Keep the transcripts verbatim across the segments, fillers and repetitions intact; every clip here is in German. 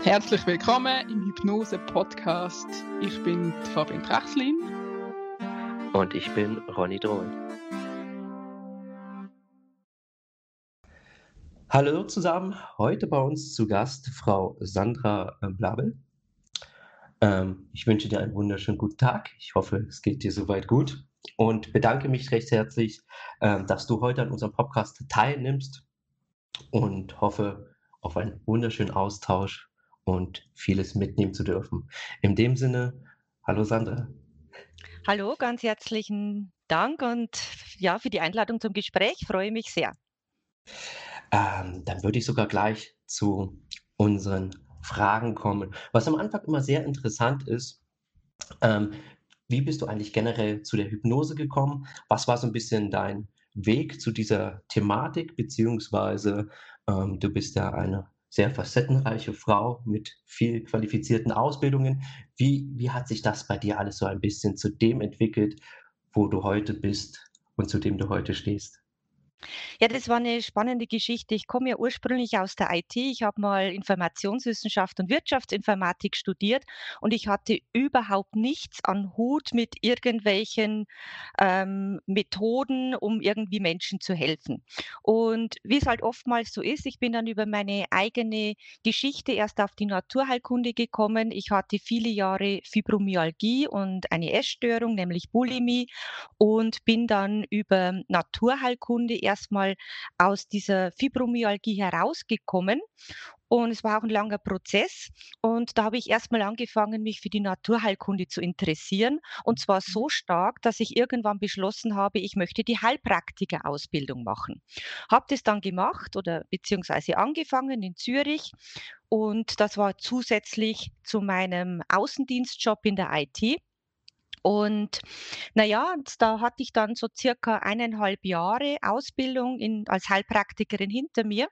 Herzlich willkommen im Hypnose-Podcast. Ich bin die Fabienne Trachslin. Und ich bin Ronny Drohl. Hallo zusammen, heute bei uns zu Gast Frau Sandra äh, Blabel. Ähm, ich wünsche dir einen wunderschönen guten Tag. Ich hoffe, es geht dir soweit gut und bedanke mich recht herzlich, ähm, dass du heute an unserem Podcast teilnimmst und hoffe auf einen wunderschönen Austausch und vieles mitnehmen zu dürfen. In dem Sinne, hallo Sandra. Hallo, ganz herzlichen Dank und ja, für die Einladung zum Gespräch. Freue mich sehr. Ähm, dann würde ich sogar gleich zu unseren Fragen kommen. Was am Anfang immer sehr interessant ist, ähm, wie bist du eigentlich generell zu der Hypnose gekommen? Was war so ein bisschen dein Weg zu dieser Thematik? Beziehungsweise, ähm, du bist ja eine sehr facettenreiche Frau mit viel qualifizierten Ausbildungen. Wie wie hat sich das bei dir alles so ein bisschen zu dem entwickelt, wo du heute bist und zu dem du heute stehst? Ja, das war eine spannende Geschichte. Ich komme ja ursprünglich aus der I T. Ich habe mal Informationswissenschaft und Wirtschaftsinformatik studiert und ich hatte überhaupt nichts an Hut mit irgendwelchen ähm, Methoden, um irgendwie Menschen zu helfen. Und wie es halt oftmals so ist, ich bin dann über meine eigene Geschichte erst auf die Naturheilkunde gekommen. Ich hatte viele Jahre Fibromyalgie und eine Essstörung, nämlich Bulimie, und bin dann über Naturheilkunde erstmal aus dieser Fibromyalgie herausgekommen. Und es war auch ein langer Prozess. Und da habe ich erstmal angefangen, mich für die Naturheilkunde zu interessieren. Und zwar so stark, dass ich irgendwann beschlossen habe, ich möchte die Heilpraktikerausbildung machen. Habe das dann gemacht oder beziehungsweise angefangen in Zürich. Und das war zusätzlich zu meinem Außendienstjob in der I T. Und na ja, und da hatte ich dann so circa eineinhalb Jahre Ausbildung in als Heilpraktikerin hinter mir.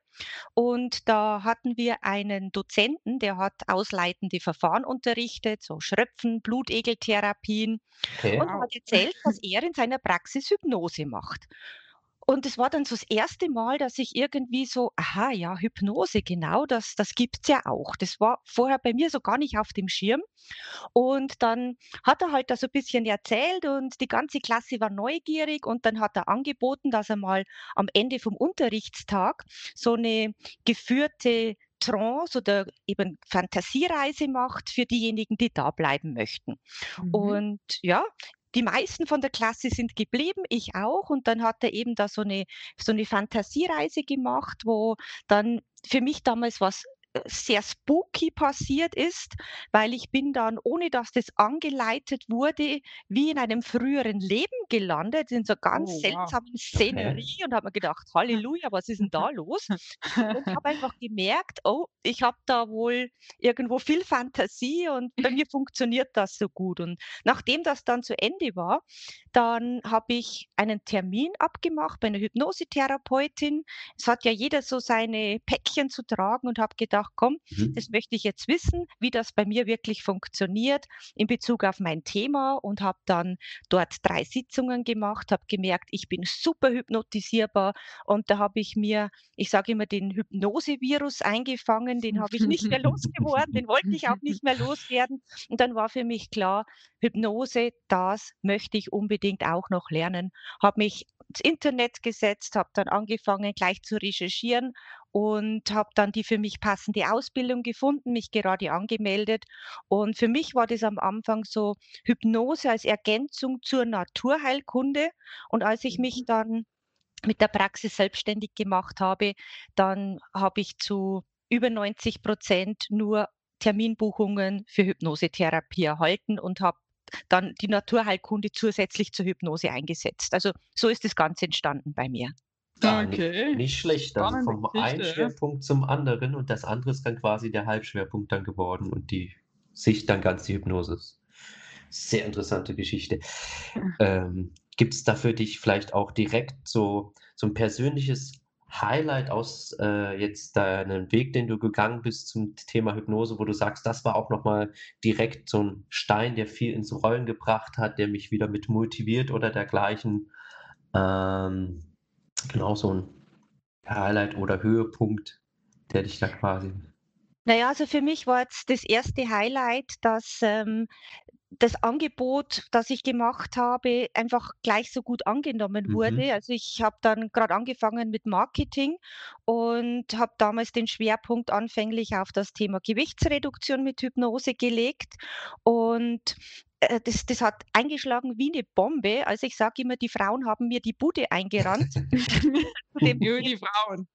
Und da hatten wir einen Dozenten, der hat ausleitende Verfahren unterrichtet, so Schröpfen, Blutegeltherapien, Okay. und er Wow. hat erzählt, dass er in seiner Praxis Hypnose macht. Und es war dann so das erste Mal, dass ich irgendwie so: „Aha, ja, Hypnose, genau, das das gibt's ja auch." Das war vorher bei mir so gar nicht auf dem Schirm. Und dann hat er halt da so ein bisschen erzählt und die ganze Klasse war neugierig, und dann hat er angeboten, dass er mal am Ende vom Unterrichtstag so eine geführte Trance oder eben Fantasiereise macht für diejenigen, die da bleiben möchten. Mhm. Und ja, die meisten von der Klasse sind geblieben, ich auch. Und dann hat er eben da so eine so eine Fantasiereise gemacht, wo dann für mich damals was, äh, sehr spooky passiert ist, weil ich bin dann, ohne dass das angeleitet wurde, wie in einem früheren Leben gelandet, in so ganz Oh, wow. seltsamen Okay. Szenerie, und habe mir gedacht: „Halleluja, was ist denn da los?" Und habe einfach gemerkt: „Oh, ich habe da wohl irgendwo viel Fantasie und bei mir funktioniert das so gut." Und nachdem das dann zu Ende war, dann habe ich einen Termin abgemacht bei einer Hypnosetherapeutin. Es hat ja jeder so seine Päckchen zu tragen, und habe gedacht: „Komm, das Mhm. möchte ich jetzt wissen, wie das bei mir wirklich funktioniert in Bezug auf mein Thema", und habe dann dort drei Sitzungen gemacht, habe gemerkt, ich bin super hypnotisierbar, und da habe ich mir, ich sage immer, den Hypnose-Virus eingefangen, den habe ich nicht mehr losgeworden, den wollte ich auch nicht mehr loswerden. Und dann war für mich klar, Hypnose, das möchte ich unbedingt auch noch lernen. Habe mich ins Internet gesetzt, habe dann angefangen, gleich zu recherchieren, und habe dann die für mich passende Ausbildung gefunden, mich gerade angemeldet. Und für mich war das am Anfang so Hypnose als Ergänzung zur Naturheilkunde. Und als ich mich dann mit der Praxis selbstständig gemacht habe, dann habe ich zu über neunzig Prozent nur Terminbuchungen für Hypnosetherapie erhalten und habe dann die Naturheilkunde zusätzlich zur Hypnose eingesetzt. Also, so ist das Ganze entstanden bei mir. Ah, nicht Okay. nicht schlecht. Also, Spannende vom einen Geschichte, ja. Schwerpunkt zum anderen und das andere ist dann quasi der Halbschwerpunkt dann geworden und die Sicht dann ganz die Hypnose ist. Sehr interessante Geschichte. Ähm, gibt's da für dich vielleicht auch direkt so so 'n persönliches Highlight aus, äh, jetzt deinem Weg, den du gegangen bist zum Thema Hypnose, wo du sagst: „Das war auch noch mal direkt so 'n Stein, der viel ins Rollen gebracht hat, der mich wieder mit motiviert“ oder dergleichen? Ähm Genau, so 'n Highlight oder Höhepunkt, der dich da quasi Na ja, also für mich war jetzt das erste Highlight, dass, ähm, das Angebot, das ich gemacht habe, einfach gleich so gut angenommen wurde. Mhm. Also, ich habe dann grad angefangen mit Marketing und habe damals den Schwerpunkt anfänglich auf das Thema Gewichtsreduktion mit Hypnose gelegt. Und, äh, das das hat eingeschlagen wie 'ne Bombe. Also, ich sage immer, die Frauen haben mir die Bude eingerannt zu dem Nur Thema. die Frauen.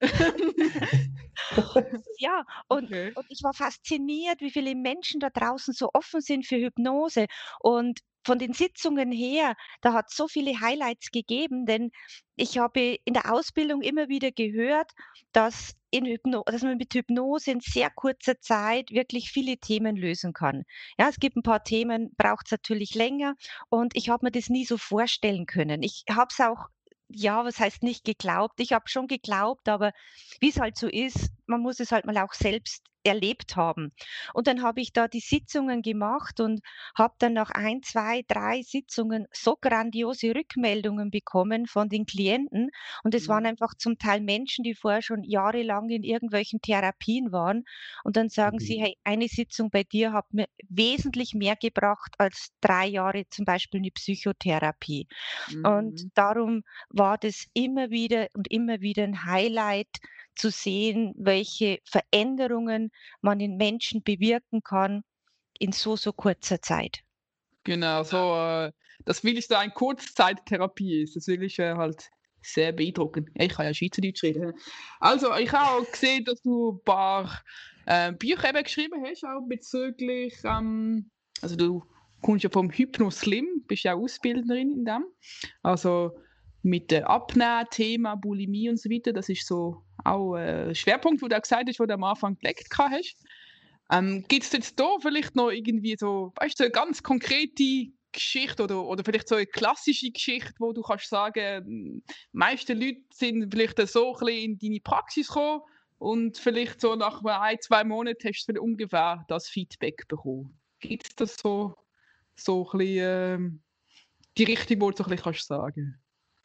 Ja, und Okay. und ich war fasziniert, wie viele Menschen da draußen so offen sind für Hypnose. Und von den Sitzungen her, da hat's so viele Highlights gegeben, denn ich habe in der Ausbildung immer wieder gehört, dass in Hypno dass man mit Hypnose in sehr kurzer Zeit wirklich viele Themen lösen kann. Ja, es gibt 'n paar Themen, braucht's natürlich länger und ich habe mir das nie so vorstellen können. Ich habe es auch ja, was heißt nicht geglaubt? Ich habe schon geglaubt, aber wie's halt so ist, man muss es halt mal auch selbst erlebt haben. Und dann habe ich da die Sitzungen gemacht und habe dann nach ein, zwei, drei Sitzungen so grandiose Rückmeldungen bekommen von den Klienten. Und es waren Mhm. einfach zum Teil Menschen, die vorher schon jahrelang in irgendwelchen Therapien waren. Und dann sagen sie: Mhm. „Hey, eine Sitzung bei dir hat mir wesentlich mehr gebracht als drei Jahre zum Beispiel 'ne Psychotherapie.“ Und Mhm. darum war das immer wieder und immer wieder 'n Highlight zu sehen, welche Veränderungen man in Menschen bewirken kann in so, so kurzer Zeit. Genau, so, äh, dass wirklich so ein Kurzzeittherapie ist. Das ist wirklich, äh, halt sehr beeindruckend. Ja, ich kann ja Schweizerdeutsch reden, hä? Also, ich habe auch gesehen, dass du paar, äh, Bücher eben geschrieben hast, auch bezüglich, ähm also, du kommst ja vom Hypnoslim, bist ja Ausbildnerin in dem. Also, mit, äh, Abnehmen-Thema, Bulimie und so weiter, das ist so auch, äh, Schwerpunkt, wo du auch gesagt hast, wo du am Anfang gelegt gehabt hast. Ähm, gibt's jetzt da vielleicht noch irgendwie so, weißt du, so 'ne ganz konkrete Geschichte oder oder vielleicht so 'ne klassische Geschichte, wo du kannst sagen, hm, meiste Leute sind vielleicht so 'n bisschen in deine Praxis gekommen und vielleicht so nach ein, zwei Monaten hast du so ungefähr das Feedback bekommen. Gibt's das so so 'n bisschen, ähm, die Richtung, wo du so 'n bisschen kannst sagen?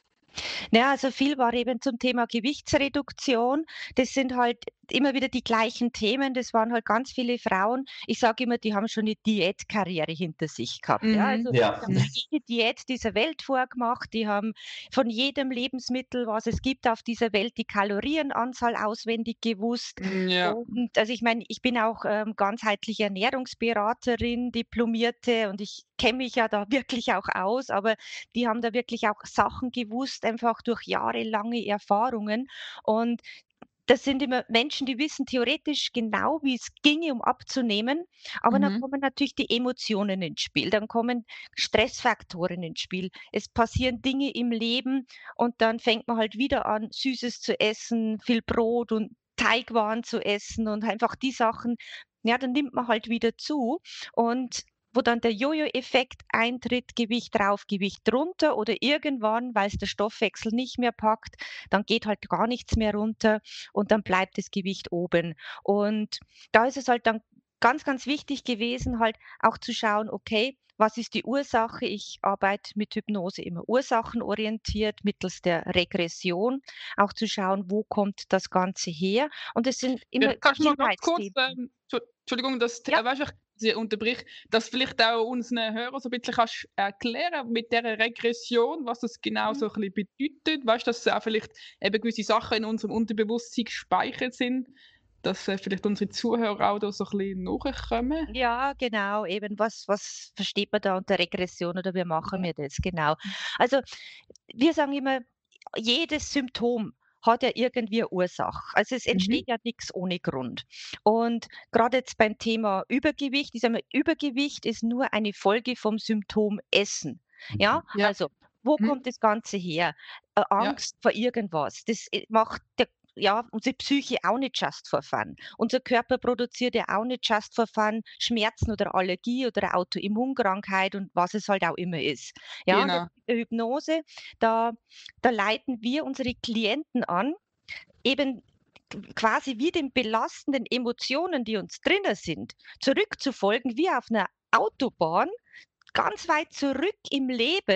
Ja, also viel war eben zum Thema Gewichtsreduktion. Das sind halt immer wieder die gleichen Themen. Das waren halt ganz viele Frauen. Ich sage immer, die haben schon 'ne Diätkarriere hinter sich gehabt, ja. Mhm. Also, Ja. die haben Mhm. jede Diät dieser Welt vorgemacht. Die haben von jedem Lebensmittel, was es gibt auf dieser Welt, die Kalorienanzahl auswendig gewusst. Hm, ja. Und also, ich meine, ich bin auch, ähm, ganzheitliche Ernährungsberaterin, Diplomierte, und ich kenne mich ja da wirklich auch aus, aber die haben da wirklich auch Sachen gewusst, einfach durch jahrelange Erfahrungen. Und das sind immer Menschen, die wissen theoretisch genau, wie's ginge, um abzunehmen, aber dann Mhm. kommen natürlich die Emotionen ins Spiel, dann kommen Stressfaktoren ins Spiel. Es passieren Dinge im Leben und dann fängt man halt wieder an, Süßes zu essen, viel Brot und Teigwaren zu essen und einfach die Sachen, ja, dann nimmt man halt wieder zu. Und wo dann der Jojo-Effekt eintritt, Gewicht rauf, Gewicht runter oder irgendwann, weil's der Stoffwechsel nicht mehr packt, dann geht halt gar nichts mehr runter und dann bleibt das Gewicht oben. Und da ist es halt dann ganz, ganz wichtig gewesen, halt auch zu schauen: „Okay, was ist die Ursache?“ Ich arbeite mit Hypnose immer ursachenorientiert mittels der Regression, auch zu schauen, wo kommt das Ganze her? Und es sind immer Vielleicht kannst du mal ganz kurz, Kindheitsthemen. ähm Entschu Entschuldigung, dass t Ja. äh, weißt du, ich sie unterbrich, dass vielleicht auch unseren Hörern so 'n bisschen kannst erklären mit dieser Regression, was das genau Mhm. so 'n bisschen bedeutet. Weißt du, dass auch vielleicht eben gewisse Sachen in unserem Unterbewusstsein gespeichert sind, dass, äh, vielleicht unsere Zuhörer auch da so 'n bisschen nachkommen? Ja, genau, eben. Was was versteht man da unter Regression oder wie machen Ja. wir das? Genau. Also, wir sagen immer, jedes Symptom hat ja irgendwie 'ne Ursache. Also, es Mhm. entsteht ja nix ohne Grund. Und grade jetzt beim Thema Übergewicht, ich sage mal, Übergewicht ist nur eine Folge vom Symptom Essen. Ja, Mhm. Ja. also, wo Mhm. kommt das Ganze her? Äh, Ja. Angst vor irgendwas. Das, äh, macht der ja, unsere Psyche auch nicht just for fun. Unser Körper produziert ja auch nicht just for fun Schmerzen oder Allergie oder Autoimmunkrankheit und was es halt auch immer ist. Ja, und Genau. jetzt mit der Hypnose, da da leiten wir unsere Klienten an, eben qu quasi wie den belastenden Emotionen, die uns drinnen sind, zurückzufolgen wie auf 'ner Autobahn, ganz weit zurück im Leben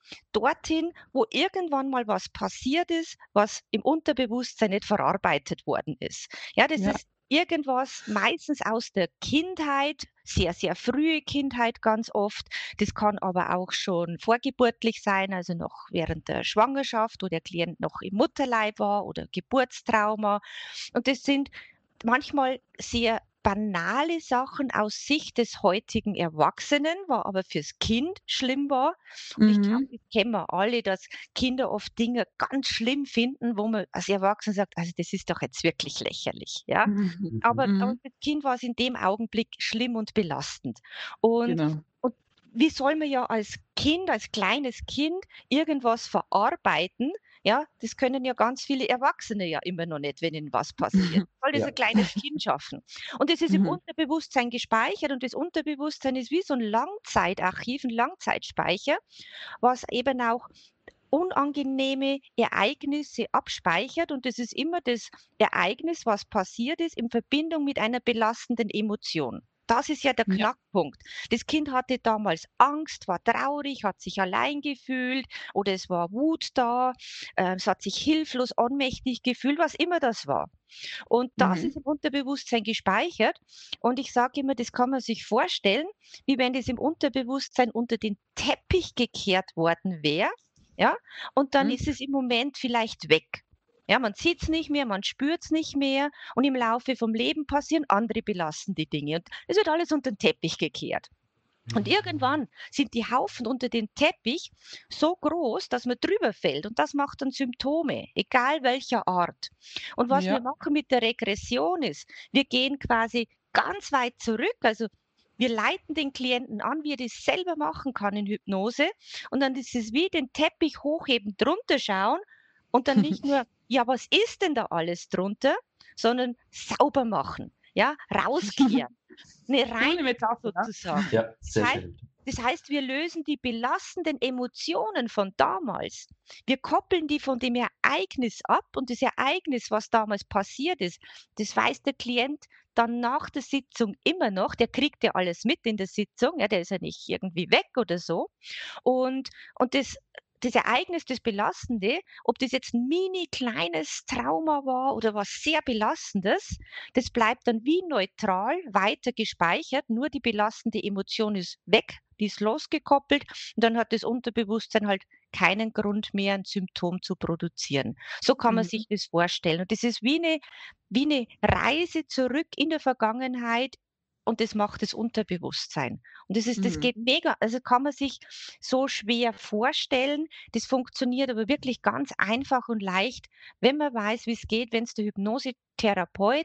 dorthin, wo irgendwann mal was passiert ist, was im Unterbewusstsein nicht verarbeitet worden ist. Ja, das Ja. ist irgendwas meistens aus der Kindheit, sehr, sehr frühe Kindheit ganz oft. Das kann aber auch schon vorgeburtlich sein, also noch während der Schwangerschaft, wo der Klient noch im Mutterleib war oder Geburtstrauma. Und das sind manchmal sehr banale Sachen aus Sicht des heutigen Erwachsenen, war aber fürs Kind schlimm war. Und ich glaube, Mhm. das kennen wir alle, dass Kinder oft Dinge ganz schlimm finden, wo man als Erwachsener sagt, also das ist doch jetzt wirklich lächerlich, ja. Mhm. Aber, aber Mhm. für das Kind war es in dem Augenblick schlimm und belastend. Und, Genau. und wie soll man ja als Kind, als kleines Kind irgendwas verarbeiten? Ja, das können ja ganz viele Erwachsene ja immer noch nicht, wenn ihnen was passiert. Soll das Ja. ein kleines Kind schaffen? Und das ist im Mhm. Unterbewusstsein gespeichert und das Unterbewusstsein ist wie so ein Langzeitarchiv, ein Langzeitspeicher, was eben auch unangenehme Ereignisse abspeichert und das ist immer das Ereignis, was passiert ist, in Verbindung mit einer belastenden Emotion. Das ist ja der Ja. Knackpunkt. Das Kind hatte damals Angst, war traurig, hat sich allein gefühlt oder es war Wut da, äh, es hat sich hilflos, ohnmächtig gefühlt, was immer das war. Und das ist Mhm. im Unterbewusstsein gespeichert. Und ich sage immer, das kann man sich vorstellen, wie wenn das im Unterbewusstsein unter den Teppich gekehrt worden wäre. Ja, und dann Mhm. ist es im Moment vielleicht weg. Ja, man sieht es nicht mehr, man spürt es nicht mehr und im Laufe vom Leben passieren andere belastende Dinge und es wird alles unter den Teppich gekehrt. Und irgendwann sind die Haufen unter den Teppich so groß, dass man drüber fällt und das macht dann Symptome, egal welcher Art. Und was wir Ja. machen mit der Regression ist, wir gehen quasi ganz weit zurück, also wir leiten den Klienten an, wie er das selber machen kann in Hypnose und dann ist es wie den Teppich hochheben, drunter schauen und dann nicht nur, ja, was ist denn da alles drunter, sondern sauber machen, ja, rauskehren, eine Coole Reinigung Metapher, ne? sozusagen. Ja, Das sehr heißt schön. das heißt, wir lösen die belastenden Emotionen von damals. Wir koppeln die von dem Ereignis ab und das Ereignis, was damals passiert ist, das weiß der Klient dann nach der Sitzung immer noch. Der kriegt ja alles mit in der Sitzung, ja, der ist ja nicht irgendwie weg oder so. Und, und das, das Ereignis, das Belastende, ob das jetzt ein mini kleines Trauma war oder was sehr Belastendes, das bleibt dann wie neutral weiter gespeichert, nur die belastende Emotion ist weg, die ist losgekoppelt und dann hat das Unterbewusstsein halt keinen Grund mehr, ein Symptom zu produzieren. So kann man Mhm. sich das vorstellen. Und das ist wie eine, wie eine Reise zurück in der Vergangenheit und das macht das Unterbewusstsein. Und das ist, das Mhm. geht mega, also kann man sich so schwer vorstellen. Das funktioniert aber wirklich ganz einfach und leicht, wenn man weiß, wie es geht, wenn es der Hypnosetherapeut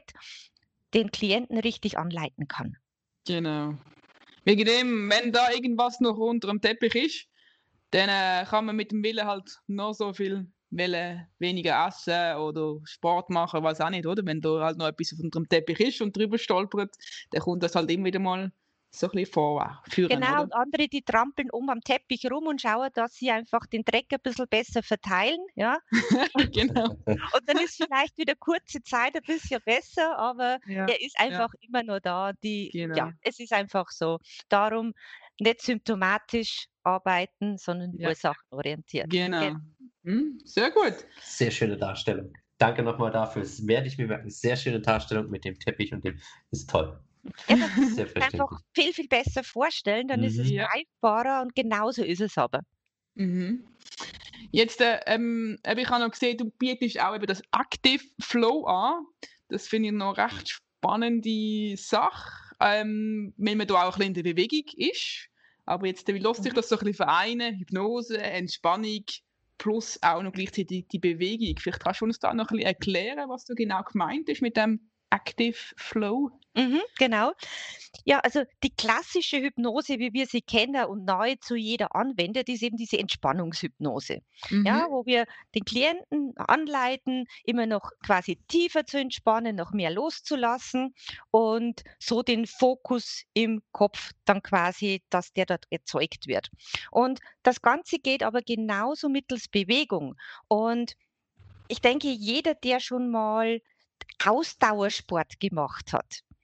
den Klienten richtig anleiten kann. Genau. Wegen dem, wenn da irgendwas noch unter dem Teppich ist, dann äh, kann man mit dem Willen halt noch so viel Willen weniger essen oder Sport machen, weiß auch nicht, oder? Wenn da halt noch etwas unter dem Teppich ist und drüber stolpert, dann kommt das halt immer wieder mal so ein bisschen vor, führen, Genau, oder? und andere, die trampeln um am Teppich rum und schauen, dass sie einfach den Dreck ein bisschen besser verteilen, ja? Genau. Und dann ist vielleicht wieder kurze Zeit ein bisschen besser, aber Ja, er ist ja, einfach immer nur da. Die ja, genau. es ist einfach so. Darum nicht symptomatisch arbeiten, sondern Ja, ursachenorientiert. Ge genau. Mhm, sehr gut. Sehr schöne Darstellung. Danke nochmal dafür. Das werde ich mir merken. Sehr schöne Darstellung mit dem Teppich und dem ist toll. ja, dann kann man Sehr sich einfach verständlich. viel, viel besser vorstellen, dann ist es Mhm. Ja. greifbarer und genauso ist es aber. Mhm. Jetzt, äh, ähm, eben, ich habe noch gesehen, du bietest auch eben das Active Flow an. Das finde ich noch recht spannende Sache, ähm, weil man da auch ein bisschen in der Bewegung ist. Aber jetzt, wie lässt sich Mhm. das so ein bisschen vereinen? Hypnose, Entspannung plus auch noch gleichzeitig die Bewegung. Vielleicht kannst du uns da noch ein bisschen erklären, was du genau gemeint hast mit dem Active Flow? Mhm, genau. Ja, also die klassische Hypnose, wie wir sie kennen und nahezu jeder anwendet, ist eben diese Entspannungshypnose. Mhm. Ja, wo wir den Klienten anleiten, immer noch quasi tiefer zu entspannen, noch mehr loszulassen und so den Fokus im Kopf dann quasi, dass der dort erzeugt wird. Und das Ganze geht aber genauso mittels Bewegung. Und ich denke, jeder, der schon mal Ausdauersport gemacht hat,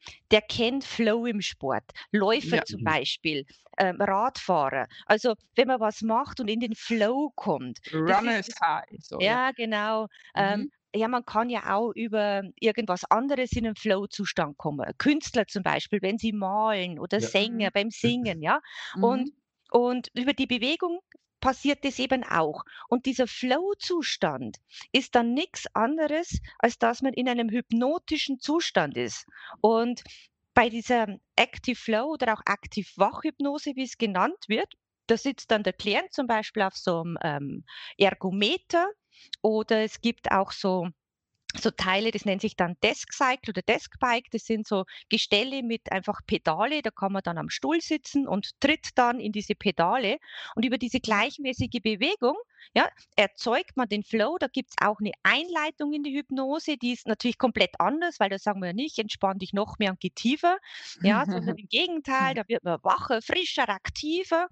der kennt Flow im Sport. Läufer Ja. zum Mhm. Beispiel, ähm, Radfahrer. Also, wenn man was macht und in den Flow kommt, das ist Runners das High, so, ja. ja, genau. Ähm, Mhm. ja, man kann ja auch über irgendwas anderes in 'nen Flow-Zustand kommen. Künstler zum Beispiel, wenn sie malen oder Ja. Sänger Mhm. beim Singen, ja? Und Mhm. und über die Bewegung passiert das eben auch. Und dieser Flow-Zustand ist dann nix anderes, als dass man in einem hypnotischen Zustand ist. Und bei dieser Active Flow oder auch Aktiv-Wach-Hypnose, wie es genannt wird, da sitzt dann der Klient zum Beispiel auf so 'm, ähm, Ergometer oder es gibt auch so so Teile, das nennt sich dann Desk Cycle oder Desk Bike. Das sind so Gestelle mit einfach Pedale. Da kann man dann am Stuhl sitzen und tritt dann in diese Pedale. Und über diese Ja. gleichmäßige Bewegung, ja, erzeugt man den Flow. Da gibt's auch 'ne Einleitung in die Hypnose, die ist natürlich komplett anders, weil da sagen wir ja nicht: „Entspann dich noch mehr und geh tiefer“, ja, sondern im Gegenteil, da wird man wacher, frischer, aktiver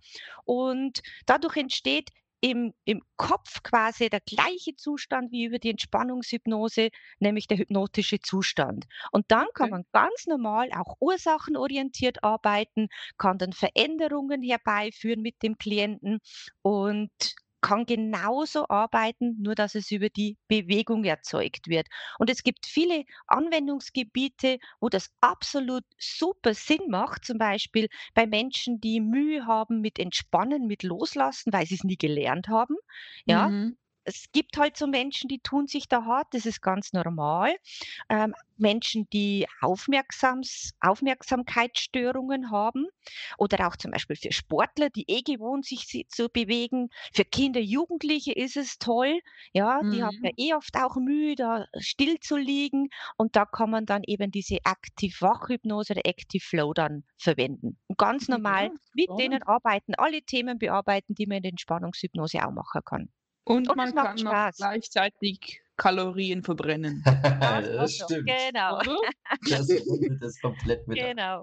und dadurch entsteht im im Kopf quasi der gleiche Zustand wie über die Entspannungshypnose, nämlich der hypnotische Zustand. Und dann kann Okay. man ganz normal auch ursachenorientiert arbeiten, kann dann Veränderungen herbeiführen mit dem Klienten und kann genauso arbeiten, nur dass es über die Bewegung erzeugt wird. Und es gibt viele Anwendungsgebiete, wo das absolut super Sinn macht, zum Beispiel bei Menschen, die Mühe haben mit Entspannen, mit Loslassen, weil sie's nie gelernt haben, ja? Mhm. Es gibt halt so Menschen, die tun sich da hart, das ist ganz normal. Ähm, Menschen, die Aufmerksams Aufmerksamkeitsstörungen haben oder auch zum Beispiel für Sportler, die eh gewohnt sich si zu bewegen. Für Kinder, Jugendliche ist es toll, ja, die haben ja Mhm. eh oft auch Mühe, da still zu liegen und da kann man dann eben diese Aktiv-Wach-Hypnose oder Active Flow dann verwenden. Und ganz normal Ja, mit denen spannend. arbeiten, alle Themen bearbeiten, die man in der Entspannungshypnose auch machen kann. Und Und es man macht kann noch Spaß. gleichzeitig Kalorien verbrennen. Das auch Das noch, stimmt. genau. Oder? Das rundet es komplett mit ab. Genau.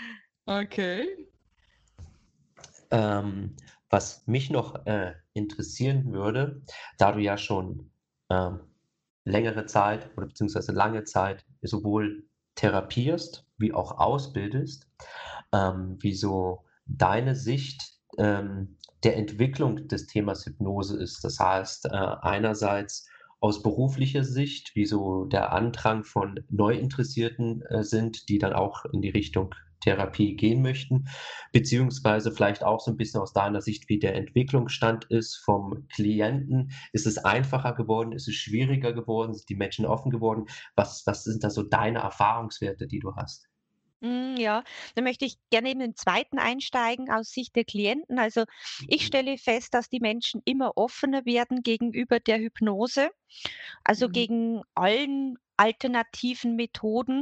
Okay. Ähm, was mich noch, äh, interessieren würde, da du ja schon, ähm, längere Zeit oder beziehungsweise lange Zeit sowohl therapierst wie auch ausbildest, ähm, wie so deine Sicht, ähm, der Entwicklung des Themas Hypnose ist. Das heißt, äh, einerseits aus beruflicher Sicht, wie so der Andrang von Neuinteressierten, äh, sind, die dann auch in die Richtung Therapie gehen möchten, beziehungsweise vielleicht auch so 'n bisschen aus deiner Sicht, wie der Entwicklungsstand ist vom Klienten. Ist es einfacher geworden? Ist es schwieriger geworden? Sind die Menschen offen geworden? Was was sind da so deine Erfahrungswerte, die du hast? Hm, ja, da möchte ich gerne in den zweiten einsteigen aus Sicht der Klienten. Also, ich Mhm. stelle fest, dass die Menschen immer offener werden gegenüber der Hypnose, also Mhm. gegen allen alternativen Methoden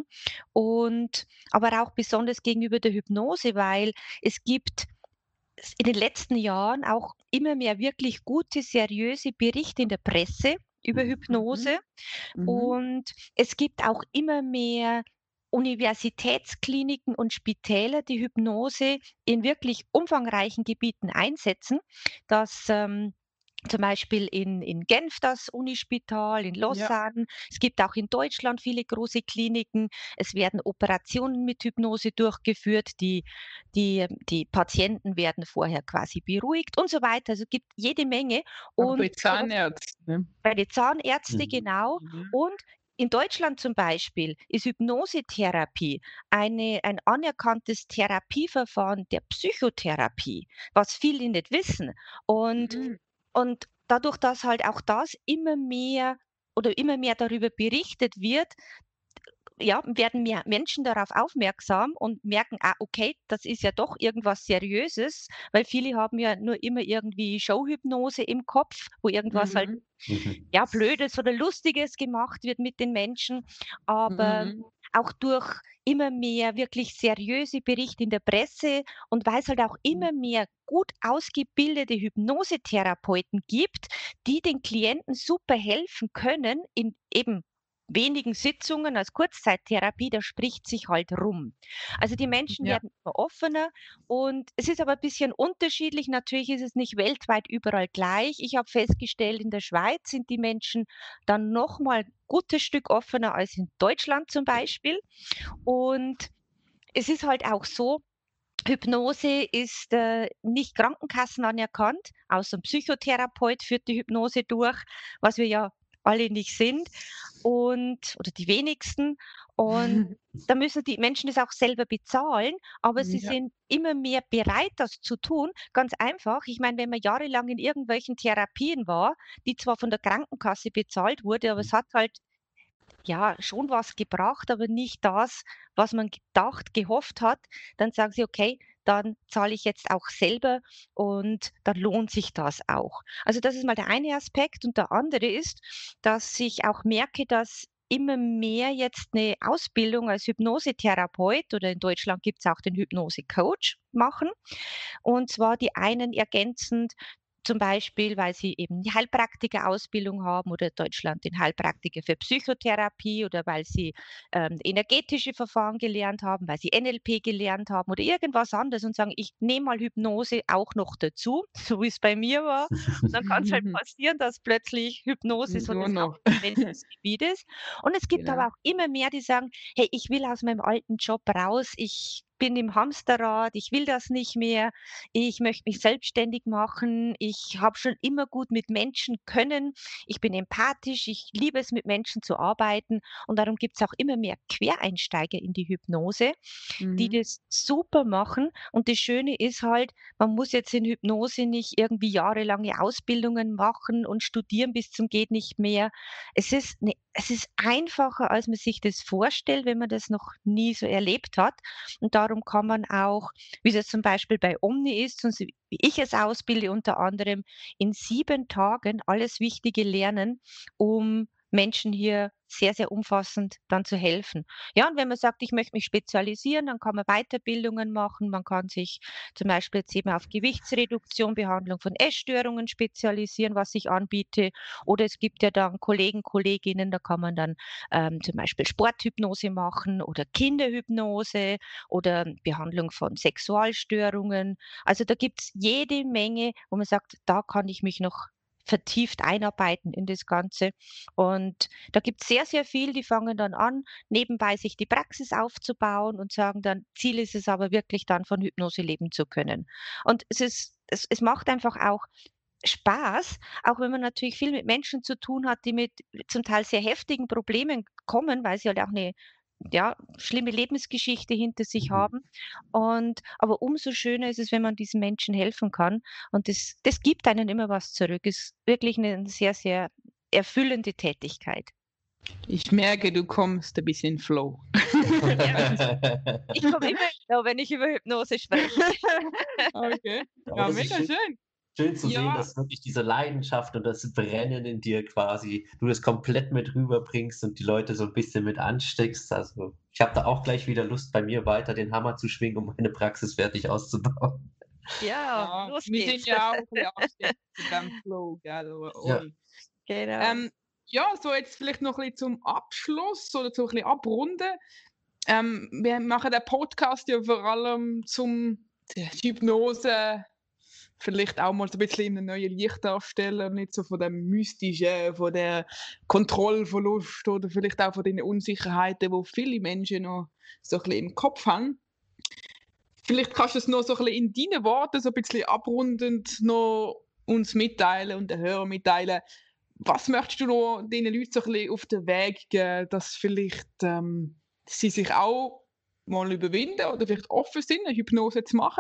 und aber auch besonders gegenüber der Hypnose, weil es gibt s in den letzten Jahren auch immer mehr wirklich gute, seriöse Berichte in der Presse über Mhm. Hypnose Mhm. Mhm. und es gibt auch immer mehr Universitätskliniken und Spitäler, die Hypnose in wirklich umfangreichen Gebieten einsetzen, dass, ähm, zum Beispiel in in Genf das Unispital, in Ja. Lausanne. Es gibt auch in Deutschland viele große Kliniken. Es werden Operationen mit Hypnose durchgeführt. Die die ähm, die Patienten werden vorher quasi beruhigt und so weiter. Also, gibt jede Menge Auch bei und so was Zahnärzten. bei den Zahnärzte, Mhm. genau. Mhm. Und in Deutschland zum Beispiel ist Hypnosetherapie eine ein anerkanntes Therapieverfahren der Psychotherapie, was viele nicht wissen. Und Mhm. und dadurch, dass halt auch das immer mehr oder immer mehr darüber berichtet wird, ja, werden mehr Menschen darauf aufmerksam und merken: „Ah, okay, das ist ja doch irgendwas Seriöses“, weil viele haben ja nur immer irgendwie Showhypnose im Kopf, wo irgendwas halt, Mhm. Mhm. ja, Blödes oder Lustiges gemacht wird mit den Menschen. Aber Mhm. auch durch immer mehr wirklich seriöse Berichte in der Presse und weil's halt auch Mhm. immer mehr gut ausgebildete Hypnosetherapeuten gibt, die den Klienten super helfen können in eben wenigen Sitzungen als Kurzzeittherapie, das spricht sich halt rum. Also, die Menschen Ja. werden immer offener und es ist aber ein bisschen unterschiedlich. Natürlich ist es nicht weltweit überall gleich. Ich habe festgestellt, in der Schweiz sind die Menschen dann noch mal gutes Stück offener als in Deutschland zum Beispiel. Und es ist halt auch so, Hypnose ist äh, nicht Krankenkassen anerkannt, außer ein Psychotherapeut führt die Hypnose durch, was wir ja alle nicht sind und oder die wenigsten. Und da müssen die Menschen das auch selber bezahlen, aber sie Ja. sind immer mehr bereit, das zu tun. Ganz einfach. Ich meine, wenn man jahrelang in irgendwelchen Therapien war, die zwar von der Krankenkasse bezahlt wurde, aber es hat halt ja, schon was gebracht, aber nicht das, was man gedacht, gehofft hat, dann sagen sie: „Okay, dann zahle ich jetzt auch selber und dann lohnt sich das auch.“ Also, das ist mal der eine Aspekt und der andere ist, dass ich auch merke, dass immer mehr jetzt eine Ausbildung als Hypnosetherapeut oder in Deutschland gibt es auch den Hypnosecoach machen. Und zwar die einen ergänzend zum Beispiel, weil sie eben die Heilpraktiker-Ausbildung haben oder Deutschland den Heilpraktiker für Psychotherapie oder weil sie ähm, energetische Verfahren gelernt haben, weil sie N L P gelernt haben oder irgendwas anderes und sagen, ich nehme mal Hypnose auch noch dazu, so wie es bei mir war. Und dann kann es halt passieren, dass plötzlich Hypnose so Nur das noch. Hauptverwendungsgebiet ist. Und es gibt aber Genau. auch immer mehr, die sagen, hey, ich will aus meinem alten Job raus, ich bin im Hamsterrad, ich will das nicht mehr, ich möchte mich selbstständig machen, ich habe schon immer gut mit Menschen können, ich bin empathisch, ich liebe es, mit Menschen zu arbeiten und darum gibt es auch immer mehr Quereinsteiger in die Hypnose, die Mhm. das super machen. Und das Schöne ist halt, man muss jetzt in Hypnose nicht irgendwie jahrelange Ausbildungen machen und studieren bis zum geht nicht mehr. Es ist 'ne es ist einfacher, als man sich das vorstellt, wenn man das noch nie so erlebt hat. Und darum kann man auch, wie es zum Beispiel bei Omni ist und so wie ich es ausbilde, unter anderem in sieben Tagen alles Wichtige lernen, um Menschen hier sehr, sehr umfassend dann zu helfen. Ja, und wenn man sagt, ich möchte mich spezialisieren, dann kann man Weiterbildungen machen. Man kann sich zum Beispiel jetzt eben auf Gewichtsreduktion, Behandlung von Essstörungen spezialisieren, was ich anbiete. Oder es gibt ja dann Kollegen, Kolleginnen, da kann man dann ähm, zum Beispiel Sporthypnose machen oder Kinderhypnose oder Behandlung von Sexualstörungen. Also da gibt es jede Menge, wo man sagt, da kann ich mich noch vertieft einarbeiten in das Ganze. Und da gibt es sehr, sehr viel, die fangen dann an, nebenbei sich die Praxis aufzubauen und sagen dann, Ziel ist es aber wirklich dann von Hypnose leben zu können. Und es ist, es, es macht einfach auch Spaß, auch wenn man natürlich viel mit Menschen zu tun hat, die mit zum Teil sehr heftigen Problemen kommen, weil sie halt auch eine ja, schlimme Lebensgeschichte hinter sich Mhm. haben. Und aber umso schöner ist es, wenn man diesen Menschen helfen kann. Und das das gibt einen immer was zurück. Ist wirklich eine sehr, sehr erfüllende Tätigkeit. Ich merke, du kommst ein bisschen in Flow. Ja, ich komme immer in Flow, wenn ich über Hypnose spreche. Okay. Aber Ja, das ist mega schön, schön. schön zu sehen, Ja, dass wirklich diese Leidenschaft und das Brennen in dir quasi, du das komplett mit rüberbringst und die Leute so ein bisschen mit ansteckst. Also ich habe da auch gleich wieder Lust, bei mir weiter den Hammer zu schwingen, um meine Praxis fertig auszubauen. Ja, ja, los wir sind geht's. ja auch ein bisschen ansteckend mit dem Flow, gell, o Ja. oi. Genau. Ähm, ja, so jetzt vielleicht noch ein bisschen zum Abschluss oder so ein bisschen abrunden. Ähm, wir machen den Podcast ja vor allem zum der Hypnose vielleicht auch mal so ein bisschen in einem neuen Licht darstellen, nicht so von dem Mystischen, von der Kontrollverlust oder vielleicht auch von den Unsicherheiten, wo viele Menschen noch so ein bisschen im Kopf haben. Vielleicht kannst du es noch so ein bisschen in deinen Worten so ein bisschen abrundend noch uns mitteilen und den Hörern mitteilen. Was möchtest du noch diesen Leuten so ein bisschen auf den Weg geben, dass vielleicht, ähm, sie sich auch mal überwinden oder vielleicht offen sind, 'ne Hypnose zu machen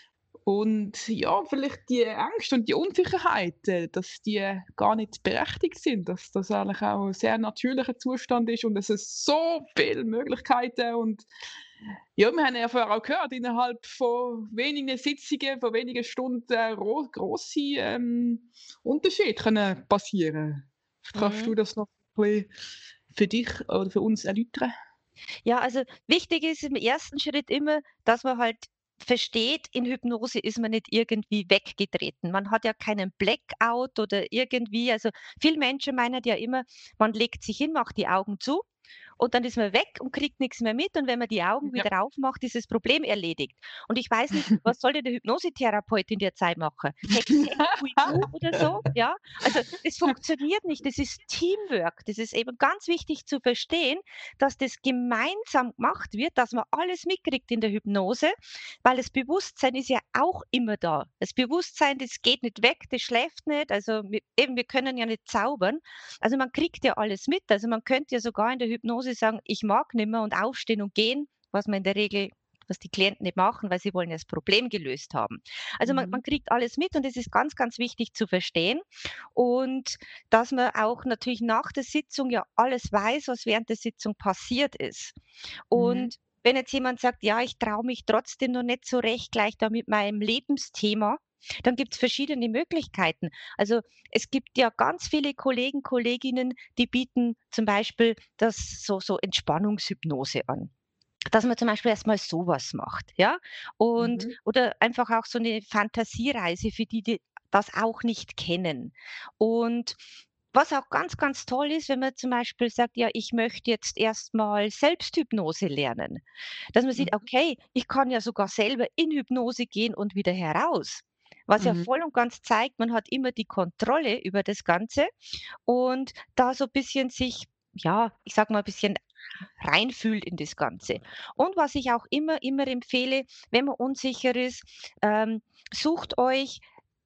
und ja, vielleicht die Ängste und die Unsicherheiten, dass die gar nicht berechtigt sind, dass das eigentlich auch 'n sehr natürlicher Zustand ist und dass es so viele Möglichkeiten und ja, wir haben ja vorher auch gehört, innerhalb von wenigen Sitzungen, von wenigen Stunden ro grosse, ähm, Unterschiede können passieren. Kannst Mhm. du das noch ein bisschen für dich oder für uns erläutern? Ja, also wichtig ist im ersten Schritt immer, dass man halt versteht, in Hypnose ist man nicht irgendwie weggetreten. Man hat ja keinen Blackout oder irgendwie, also viele Menschen meinen ja immer, man legt sich hin, macht die Augen zu und dann ist man weg und kriegt nichts mehr mit und wenn man die Augen Ja. wieder aufmacht, ist das Problem erledigt. Und ich weiß nicht, was soll denn der Hypnosetherapeut in der Zeit machen? Hex, Hex, Hui, Hu oder so, ja? Also, das funktioniert nicht. Das ist Teamwork. Das ist eben ganz wichtig zu verstehen, dass das gemeinsam gemacht wird, dass man alles mitkriegt in der Hypnose, weil das Bewusstsein ist ja auch immer da. Das Bewusstsein, das geht nicht weg, das schläft nicht. Also, wir eben, wir können ja nicht zaubern. Also, man kriegt ja alles mit. Also, man könnte ja sogar in der Hypnose sagen: „Ich mag nimmer“ und aufstehen und gehen, was man in der Regel was die Klienten nicht machen, weil sie wollen ja das Problem gelöst haben. Also, man man Mhm. kriegt alles mit und das ist ganz, ganz wichtig zu verstehen und dass man auch natürlich nach der Sitzung ja alles weiß, was während der Sitzung passiert ist. Mhm. Und wenn jetzt jemand sagt: „Ja, ich traue mich trotzdem noch nicht so recht gleich da mit meinem Lebensthema“, dann gibt's verschiedene Möglichkeiten. Also, es gibt ja ganz viele Kollegen, Kolleginnen, die bieten zum Beispiel das so so Entspannungshypnose an. Dass man zum Beispiel erst mal so was macht, ja? Und Mhm. oder einfach auch so 'ne Fantasiereise für die, die das auch nicht kennen. Und was auch ganz, ganz toll ist, wenn man zum Beispiel sagt: „Ja, ich möchte jetzt erst mal Selbsthypnose lernen.“ Dass man sieht: Mhm. „Okay, ich kann ja sogar selber in Hypnose gehen und wieder heraus.“ Was ja Mhm. voll und ganz zeigt, man hat immer die Kontrolle über das Ganze und da so bisschen sich, ja, ich sage mal, bisschen reinfühlt in das Ganze. Und was ich auch immer, immer empfehle, wenn man unsicher ist, ähm, sucht euch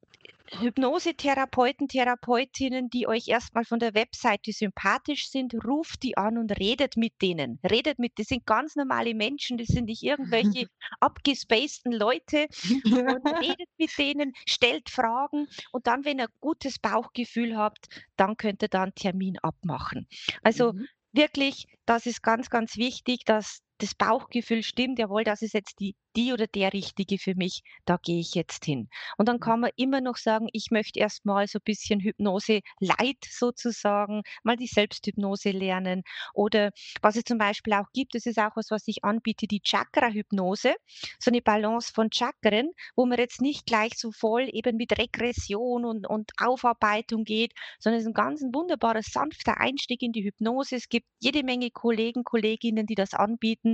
Hypnosetherapeuten, Therapeutinnen, die euch erst mal von der Webseite sympathisch sind, ruft die an und redet mit denen. Redet mit das sind ganz normale Menschen, das sind nicht irgendwelche abgespaceden Leute und redet mit denen, stellt Fragen und dann, wenn ihr gutes Bauchgefühl habt, dann könnt ihr da 'n Termin abmachen. Also, Mhm. wirklich, das ist ganz, ganz wichtig, dass das Bauchgefühl stimmt: „Jawohl, das ist jetzt die die oder der Richtige für mich, da gehe ich jetzt hin.“ Und dann kann man immer noch sagen: „Ich möchte erst mal so bisschen Hypnose light sozusagen, mal die Selbsthypnose lernen.“ Oder was es zum Beispiel auch gibt, das ist auch was, was ich anbiete, die Chakrahypnose, so 'ne Balance von Chakren, wo man jetzt nicht gleich so voll eben mit Regression und und Aufarbeitung geht, sondern es ist 'n ganz 'n wunderbarer sanfter Einstieg in die Hypnose. Es gibt jede Menge Kollegen, Kolleginnen, die das anbieten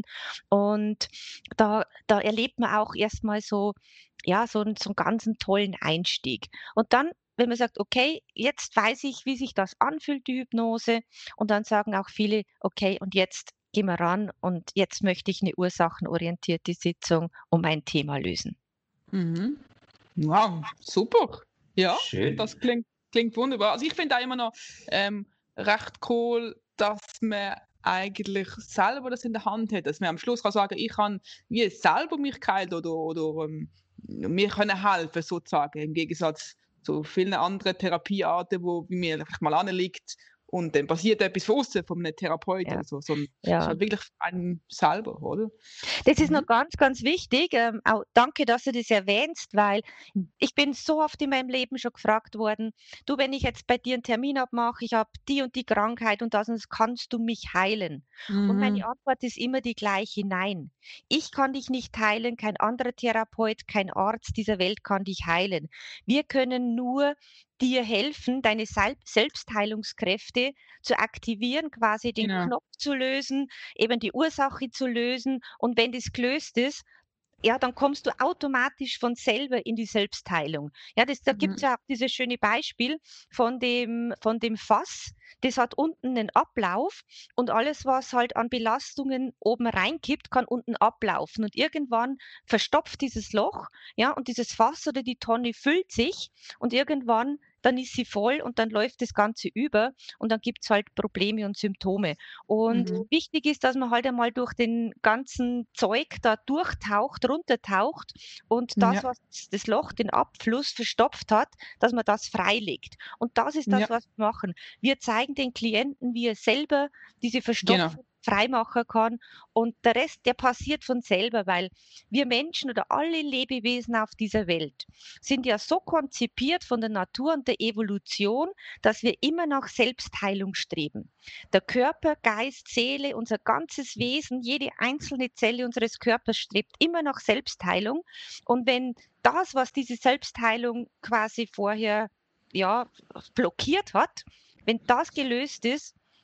und da da erlebt man auch erst mal so ja, so 'n so 'n ganz 'n tollen Einstieg. Und dann, wenn man sagt: „Okay, jetzt weiß ich, wie sich das anfühlt, die Hypnose“, und dann sagen auch viele: „Okay, und jetzt gehen wir ran und jetzt möchte ich 'ne ursachenorientierte Sitzung und mein Thema lösen.“ Mhm. Wow, super. Ja, Schön. das klingt klingt wunderbar. Also, ich finde auch immer noch, ähm, recht cool, dass man eigentlich selber das in der Hand hat, dass man am Schluss kann sagen: „Ich kann wie selber mich geheilt oder oder, ähm, mir können helfen“, sozusagen, im Gegensatz zu vielen anderen Therapiearten, wo bei mir einfach mal anliegt und dann passiert etwas von aussen, von 'nem Therapeut Ja, oder so, sondern es ist ja. halt wirklich einem selber, oder? Das ist noch Mhm. ganz, ganz wichtig. Ähm, auch danke, dass du das erwähnst, weil Hm. ich bin so oft in meinem Leben schon gefragt worden: „Du, wenn ich jetzt bei dir 'n Termin abmache, ich habe die und die Krankheit und das und das, kannst du mich heilen?“ Und meine Mhm. Antwort ist immer die gleiche: „Nein. Ich kann dich nicht heilen, kein anderer Therapeut, kein Arzt dieser Welt kann dich heilen. Wir können nur dir helfen, deine Salb Selbstheilungskräfte zu aktivieren, quasi den Genau. Knopf zu lösen, eben die Ursache zu lösen. Und wenn das gelöst ist, ja, dann kommst du automatisch von selber in die Selbstheilung.“ Ja, das da gibt's Mhm. ja auch dieses schöne Beispiel von dem von dem Fass. Das hat unten 'nen Ablauf und alles, was halt an Belastungen oben reinkippt, kann unten ablaufen. Und irgendwann verstopft dieses Loch, ja, und dieses Fass oder die Tonne füllt sich und irgendwann dann ist sie voll und dann läuft das Ganze über und dann gibt's halt Probleme und Symptome. Und Mhm. wichtig ist, dass man halt einmal durch den ganzen Zeug da durchtaucht, runtertaucht und das, Ja. was das Loch, den Abfluss verstopft hat, dass man das freilegt. Und das ist das, Ja. was wir machen. Wir zeigen den Klienten, wie er selber diese Genau. Verstopfung freimachen kann und der Rest, der passiert von selber, weil wir Menschen oder alle Lebewesen auf dieser Welt sind ja so konzipiert von der Natur und der Evolution, dass wir immer nach Selbstheilung streben. Der Körper, Geist, Seele, unser ganzes Wesen, jede einzelne Zelle unseres Körpers strebt immer nach Selbstheilung. Und wenn das, was diese Selbstheilung quasi vorher, ja, blockiert hat, wenn das gelöst ist,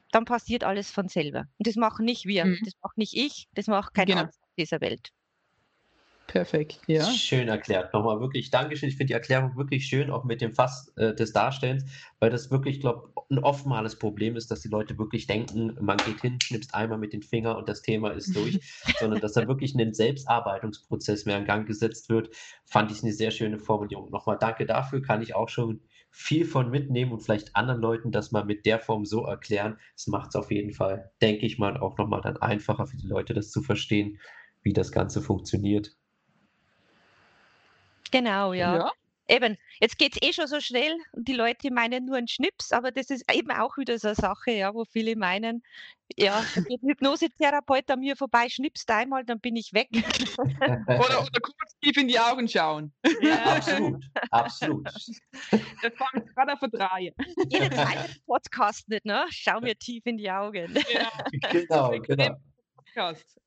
dann passiert alles von selber. Und das machen nicht wir, Mhm. das macht nicht ich, das macht kein Genau. anderer auf dieser Welt. Perfekt, ja. Schön erklärt. Nochmal wirklich Dankeschön. Ich finde die Erklärung wirklich schön, auch mit dem Fass äh, des Darstellens, weil das wirklich, ich glaube, ein oftmales Problem ist, dass die Leute wirklich denken, man geht hin, schnippst einmal mit den Fingern und das Thema ist durch, sondern dass da wirklich ein Selbstarbeitungsprozess mehr in Gang gesetzt wird, fand ich eine sehr schöne Formulierung. Nochmal danke dafür, kann ich auch schon viel von mitnehmen und vielleicht anderen Leuten das mal mit der Form so erklären. Das macht es auf jeden Fall, denke ich mal, auch nochmal dann einfacher für die Leute, das zu verstehen, wie das Ganze funktioniert. Genau, ja. Ja, Eben, jetzt geht's eh schon so schnell und die Leute meinen nur 'n Schnips, aber das ist eben auch wieder so 'ne Sache, ja, wo viele meinen, ja, da geht 'n Hypnosetherapeut an mir vorbei, schnipst einmal, dann bin ich weg. oder, oder kurz tief in die Augen schauen. Ja, Absolut, absolut. Das fange ich gerade an verdrehen. jeder zweite Podcast nicht, ne? Schau mir tief in die Augen. Genau, Genau, extrem genau. Podcast.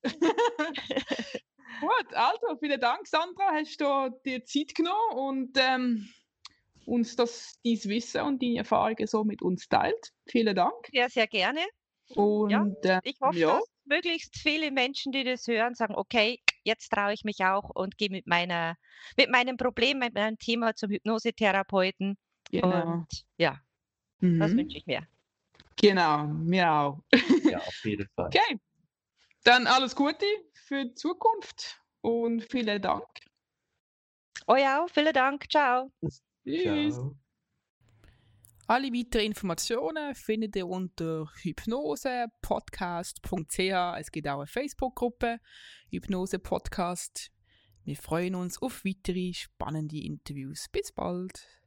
Gut, also vielen Dank, Sandra, hast du dir Zeit genommen und ähm, uns das, dieses Wissen und deine Erfahrungen so mit uns teilt. Vielen Dank. Sehr, sehr gerne. Und ähm, Ich hoffe, ja, dass möglichst viele Menschen, die das hören, sagen: „Okay, jetzt traue ich mich auch und gehe mit meiner mit meinem Problem, mit meinem Thema zum Hypnosetherapeuten." genau. Und ja, das Mhm. wünsche ich mir. Genau, mir auch. Ja, auf jeden Fall. Okay, dann alles Gute für die Zukunft und vielen Dank. Euch auch, vielen Dank. Ciao. Tschüss. Ciao. Alle weiteren Informationen findet ihr unter hypnose podcast punkt c h. Es gibt auch eine Facebook-Gruppe, Hypnose Podcast. Wir freuen uns auf weitere spannende Interviews. Bis bald.